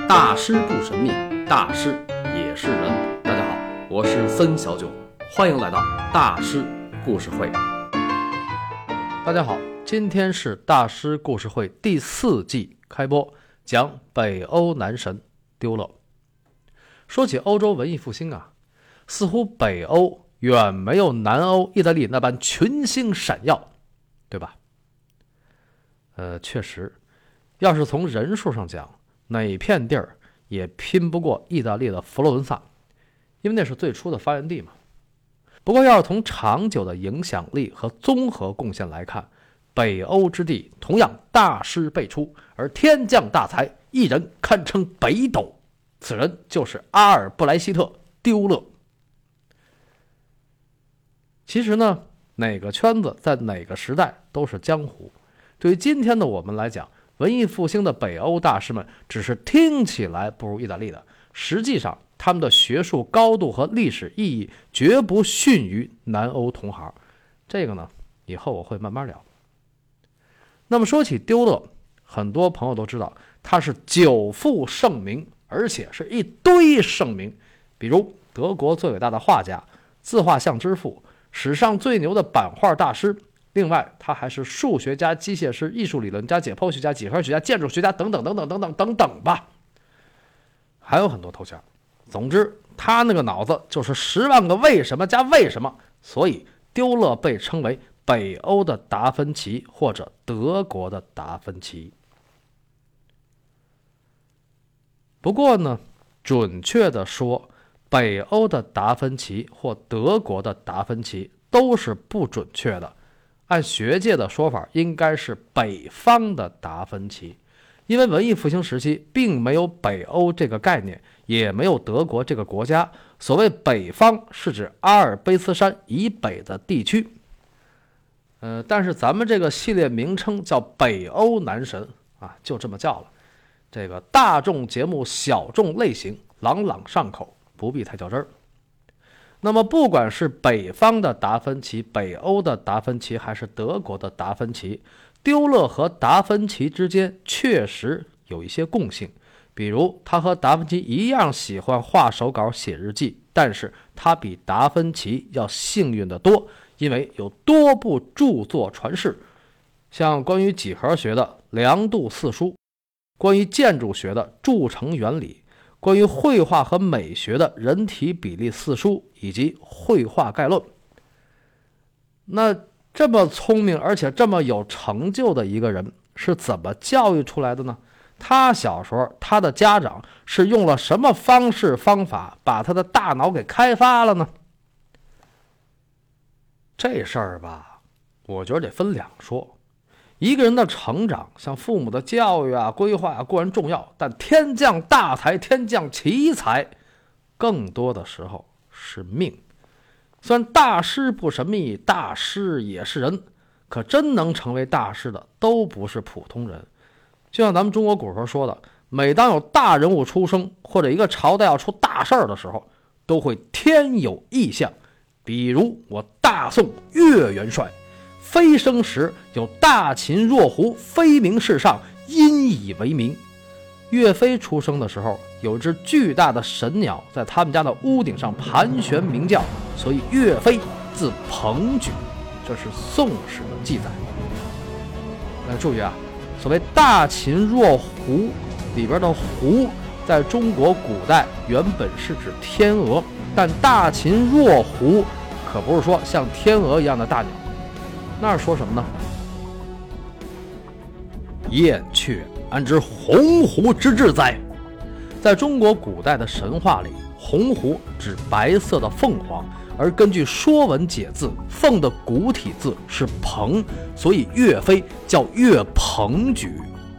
大师不神秘，大师也是人。大家好，我是森小九，欢迎来到大师故事会。大家好，今天是大师故事会第4季开播，讲北欧男神丢勒。说起欧洲文艺复兴啊，似乎北欧远没有南欧意大利那般群星闪耀，对吧？确实，要是从人数上讲，哪片地儿也拼不过意大利的佛罗伦萨，因为那是最初的发源地嘛。不过要是从长久的影响力和综合贡献来看，北欧之地同样大师辈出，而天降大才一人堪称北斗，此人就是阿尔布莱希特·丢勒。其实呢，哪个圈子在哪个时代都是江湖，对于今天的我们来讲，文艺复兴的北欧大师们只是听起来不如意大利的，实际上他们的学术高度和历史意义绝不逊于南欧同行。这个呢，以后我会慢慢聊。那么说起丢勒，很多朋友都知道他是久负盛名，而且是一堆盛名，比如德国最伟大的画家、自画像之父、史上最牛的版画大师，另外他还是数学家、机械师、艺术理论家、解剖学家、几何学家、建筑学家等等等等等等等等吧，还有很多头衔。总之他那个脑子就是10万个为什么加为什么，所以丢勒被称为北欧的达芬奇或者德国的达芬奇。不过呢，准确的说，北欧的达芬奇或德国的达芬奇都是不准确的，按学界的说法应该是北方的达芬奇，因为文艺复兴时期并没有北欧这个概念，也没有德国这个国家，所谓北方是指阿尔卑斯山以北的地区。但是咱们这个系列名称叫北欧男神啊，就这么叫了。这个大众节目小众类型，朗朗上口，不必太较真儿。那么不管是北方的达芬奇、北欧的达芬奇还是德国的达芬奇，丢勒和达芬奇之间确实有一些共性，比如他和达芬奇一样喜欢画手稿写日记，但是他比达芬奇要幸运得多，因为有多部著作传世，像关于几何学的《量度四书》，关于建筑学的《铸成原理》，关于绘画和美学的人体比例四书以及绘画概论。那这么聪明而且这么有成就的一个人是怎么教育出来的呢？他小时候他的家长是用了什么方式方法把他的大脑给开发了呢？这事儿吧，我觉得得分两说。一个人的成长，像父母的教育啊、规划啊固然重要，但天降大才、天降奇才，更多的时候是命。虽然大师不神秘，大师也是人，可真能成为大师的都不是普通人。就像咱们中国古时候说的，每当有大人物出生，或者一个朝代要出大事儿的时候，都会天有异象。比如我大宋岳元帅飞升时，有大秦若狐飞鸣世上，因以为名。岳飞出生的时候，有只巨大的神鸟在他们家的屋顶上盘旋鸣叫，所以岳飞字鹏举，这是宋史的记载。注意啊，所谓大秦若狐里边的狐，在中国古代原本是指天鹅，但大秦若狐可不是说像天鹅一样的大鸟，那是说什么呢？燕雀安知鸿鹄之志哉？在中国古代的神话里，鸿鹄指白色的凤凰，而根据《说文解字》，凤的古体字是鹏，所以岳飞叫岳鹏举。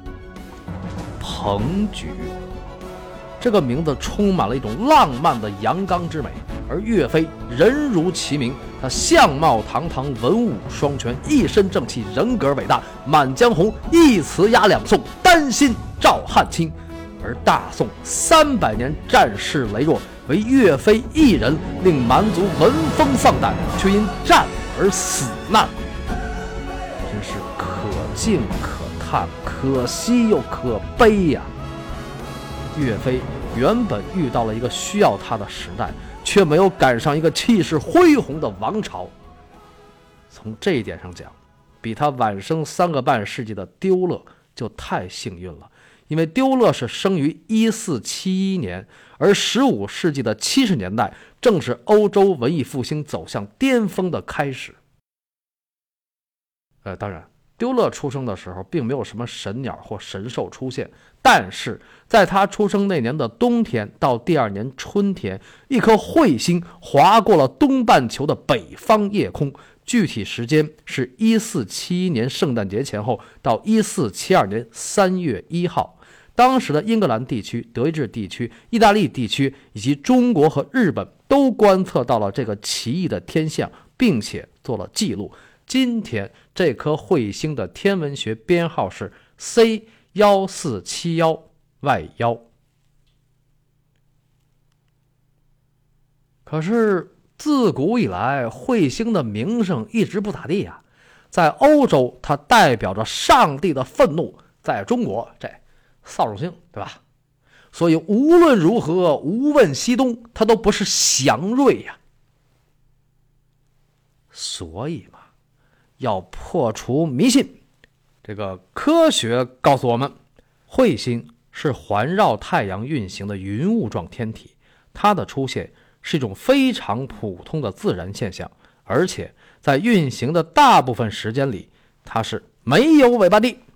鹏举这个名字充满了一种浪漫的阳刚之美，而岳飞人如其名，他相貌堂堂，文武双全，一身正气，人格伟大，满江红一词压两宋，丹心照汗青。而大宋300年战事羸弱，唯岳飞一人令蛮族闻风丧胆，却因战而死难，真是可敬可叹，可惜又可悲呀。 岳飞原本遇到了一个需要他的时代，却没有赶上一个气势恢宏的王朝。从这一点上讲，比他晚生3个半世纪的丢勒就太幸运了，因为丢勒是生于1471年，而15世纪的70年代正是欧洲文艺复兴走向巅峰的开始。当然丢勒出生的时候并没有什么神鸟或神兽出现，但是在他出生那年的冬天到第2年春天，一颗彗星划过了东半球的北方夜空，具体时间是1471年圣诞节前后到1472年3月1号。当时的英格兰地区、德意志地区、意大利地区以及中国和日本都观测到了这个奇异的天象，并且做了记录。今天这颗彗星的天文学编号是 C1471Y1。可是自古以来彗星的名声一直不咋地呀，在欧洲它代表着上帝的愤怒，在中国这扫帚星，对吧？所以无论如何无问西东，它都不是祥瑞呀。所以嘛，要破除迷信，这个科学告诉我们，彗星是环绕太阳运行的云雾状天体，它的出现是一种非常普通的自然现象，而且在运行的大部分时间里，它是没有尾巴的。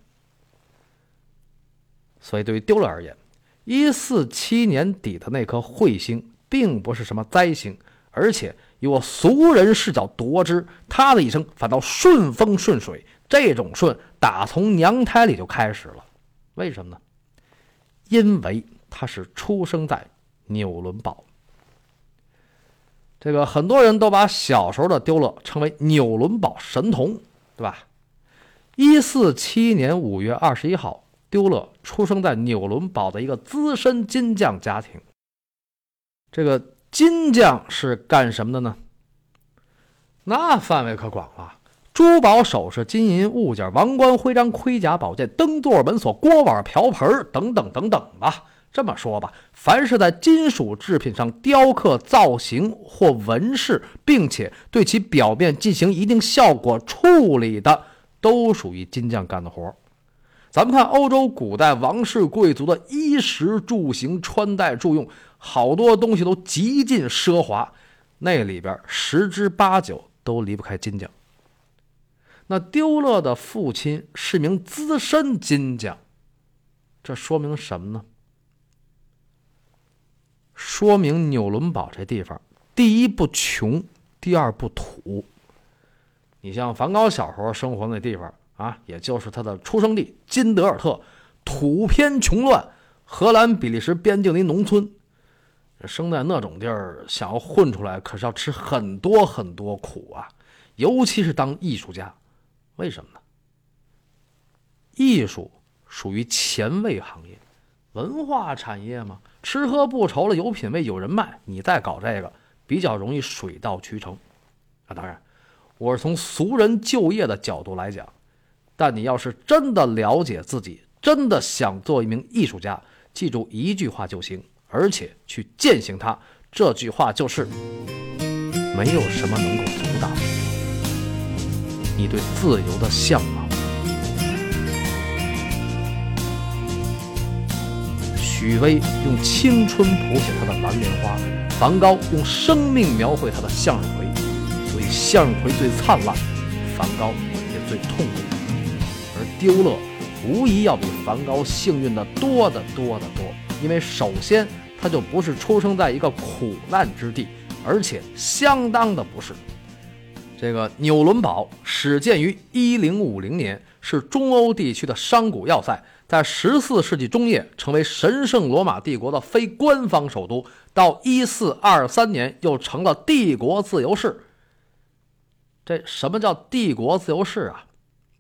所以对于丢勒而言，147年底的那颗彗星并不是什么灾星，而且以我俗人视角夺之，他的一生反倒顺风顺水，这种顺打从娘胎里就开始了。为什么呢？因为他是出生在纽伦堡。这个很多人都把小时候的丢勒称为纽伦堡神童，对吧？1471年5月21号，丢勒出生在纽伦堡的一个资深金匠家庭。这个金匠是干什么的呢？那范围可广了，珠宝首饰、金银物件、王冠徽章、盔甲宝剑、灯座门锁、锅碗瓢盆等等等等吧。这么说吧，凡是在金属制品上雕刻造型或纹饰，并且对其表面进行一定效果处理的，都属于金匠干的活。咱们看欧洲古代王室贵族的衣食住行、穿戴住用，好多东西都极尽奢华，那里边10之8九都离不开金匠。那丢勒的父亲是名资深金匠，这说明什么呢？说明纽伦堡这地方，第一不穷，第二不土。你像梵高小时候生活那地方啊，也就是他的出生地金德尔特，土偏穷乱，荷兰比利时边境的一农村。生在那种地儿，想要混出来可是要吃很多很多苦啊，尤其是当艺术家。为什么呢？艺术属于前卫行业，文化产业嘛，吃喝不愁了，有品位有人脉，你再搞这个比较容易水到渠成啊。当然我是从俗人就业的角度来讲，但你要是真的了解自己，真的想做一名艺术家，记住一句话就行，而且去践行它。这句话就是：没有什么能够阻挡你对自由的向往。许巍用青春谱写他的蓝莲花，梵高用生命描绘他的向日葵。所以向日葵最灿烂，梵高也最痛苦。而丢勒无疑要比梵高幸运的多得多得多，因为首先他就不是出生在一个苦难之地，而且相当的不是。这个纽伦堡始建于1050年，是中欧地区的商贾要塞，在14世纪中叶成为神圣罗马帝国的非官方首都，到1423年又成了帝国自由市。这什么叫帝国自由市啊？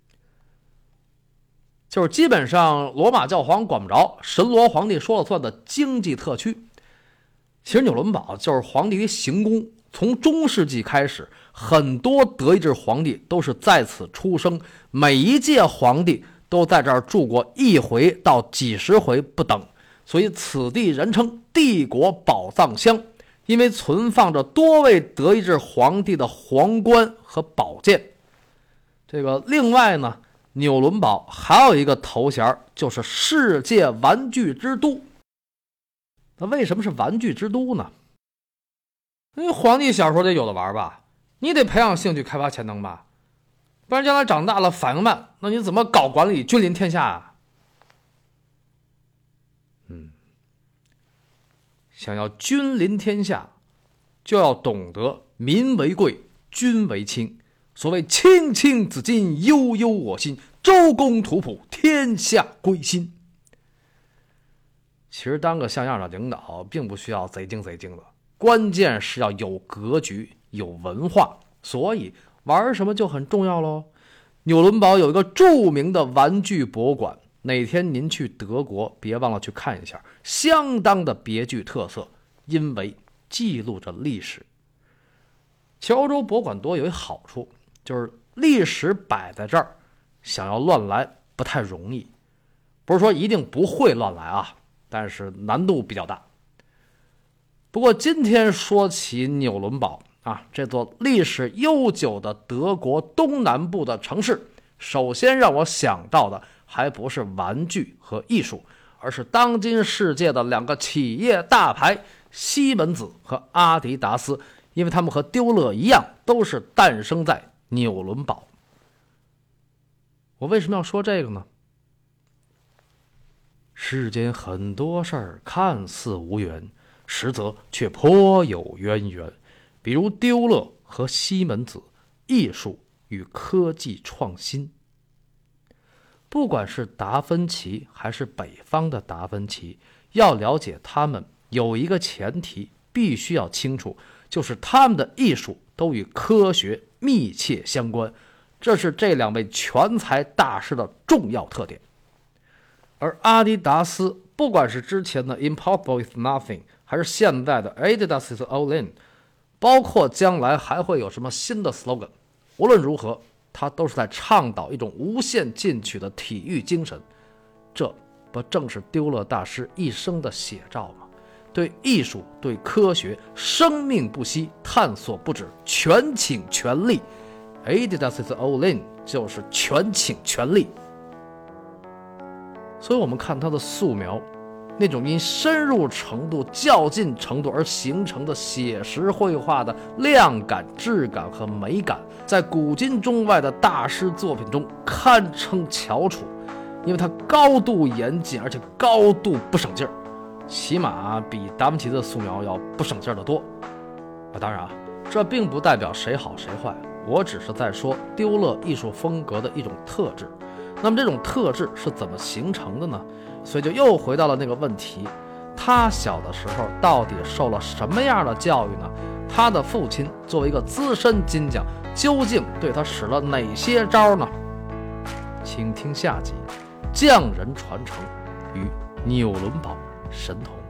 就是基本上罗马教皇管不着，神罗皇帝说了算的经济特区。其实纽伦堡就是皇帝的行宫，从中世纪开始，很多德意志皇帝都是在此出生，每一届皇帝都在这儿住过1回到几十回不等。 所以此地人称帝国宝藏箱，因为存放着多位德意志皇帝的皇冠和宝剑。另外呢，纽伦堡还有一个头衔，就是世界玩具之都。那为什么是玩具之都呢？因为皇帝小时候得有的玩吧，你得培养兴趣，开发潜能吧，不然将来长大了反应慢，那你怎么搞管理，君临天下啊？想要君临天下，就要懂得民为贵，君为轻。所谓青青子衿，悠悠我心，周公吐哺，天下归心。其实当个像样的领导并不需要贼精的，关键是要有格局，有文化，所以玩什么就很重要咯。纽伦堡有一个著名的玩具博物馆，哪天您去德国别忘了去看一下，相当的别具特色，因为记录着历史。其实欧洲博物馆多有一好处，就是历史摆在这儿，想要乱来不太容易。不是说一定不会乱来啊，但是难度比较大。不过今天说起纽伦堡啊，这座历史悠久的德国东南部的城市，首先让我想到的还不是玩具和艺术，而是当今世界的两个企业大牌西门子和阿迪达斯，因为他们和丢勒一样，都是诞生在纽伦堡。我为什么要说这个呢？世间很多事儿看似无缘，实则却颇有渊源。比如丢勒和西门子，艺术与科技创新。不管是达芬奇还是北方的达芬奇，要了解他们有一个前提必须要清楚，就是他们的艺术都与科学密切相关，这是这两位全才大师的重要特点。而阿迪达斯，不管是之前的 Impossible is Nothing， 还是现在的 Adidas is All In， 包括将来还会有什么新的 slogan， 无论如何他都是在倡导一种无限进取的体育精神，这不正是丢勒大师一生的写照吗？对艺术，对科学，生命不息，探索不止，全倾全力。Adidas is All In 就是全倾全力。所以我们看他的素描，那种因深入程度、较劲程度而形成的写实绘画的量感、质感和美感，在古今中外的大师作品中堪称翘楚，因为它高度严谨，而且高度不省劲儿，起码比达芬奇的素描要不省劲儿得多。当然这并不代表谁好谁坏，我只是在说丢勒艺术风格的一种特质。那么这种特质是怎么形成的呢？所以就又回到了那个问题，他小的时候到底受了什么样的教育呢？他的父亲作为一个资深金匠，究竟对他使了哪些招呢？请听下集，匠人传承与纽伦堡神童。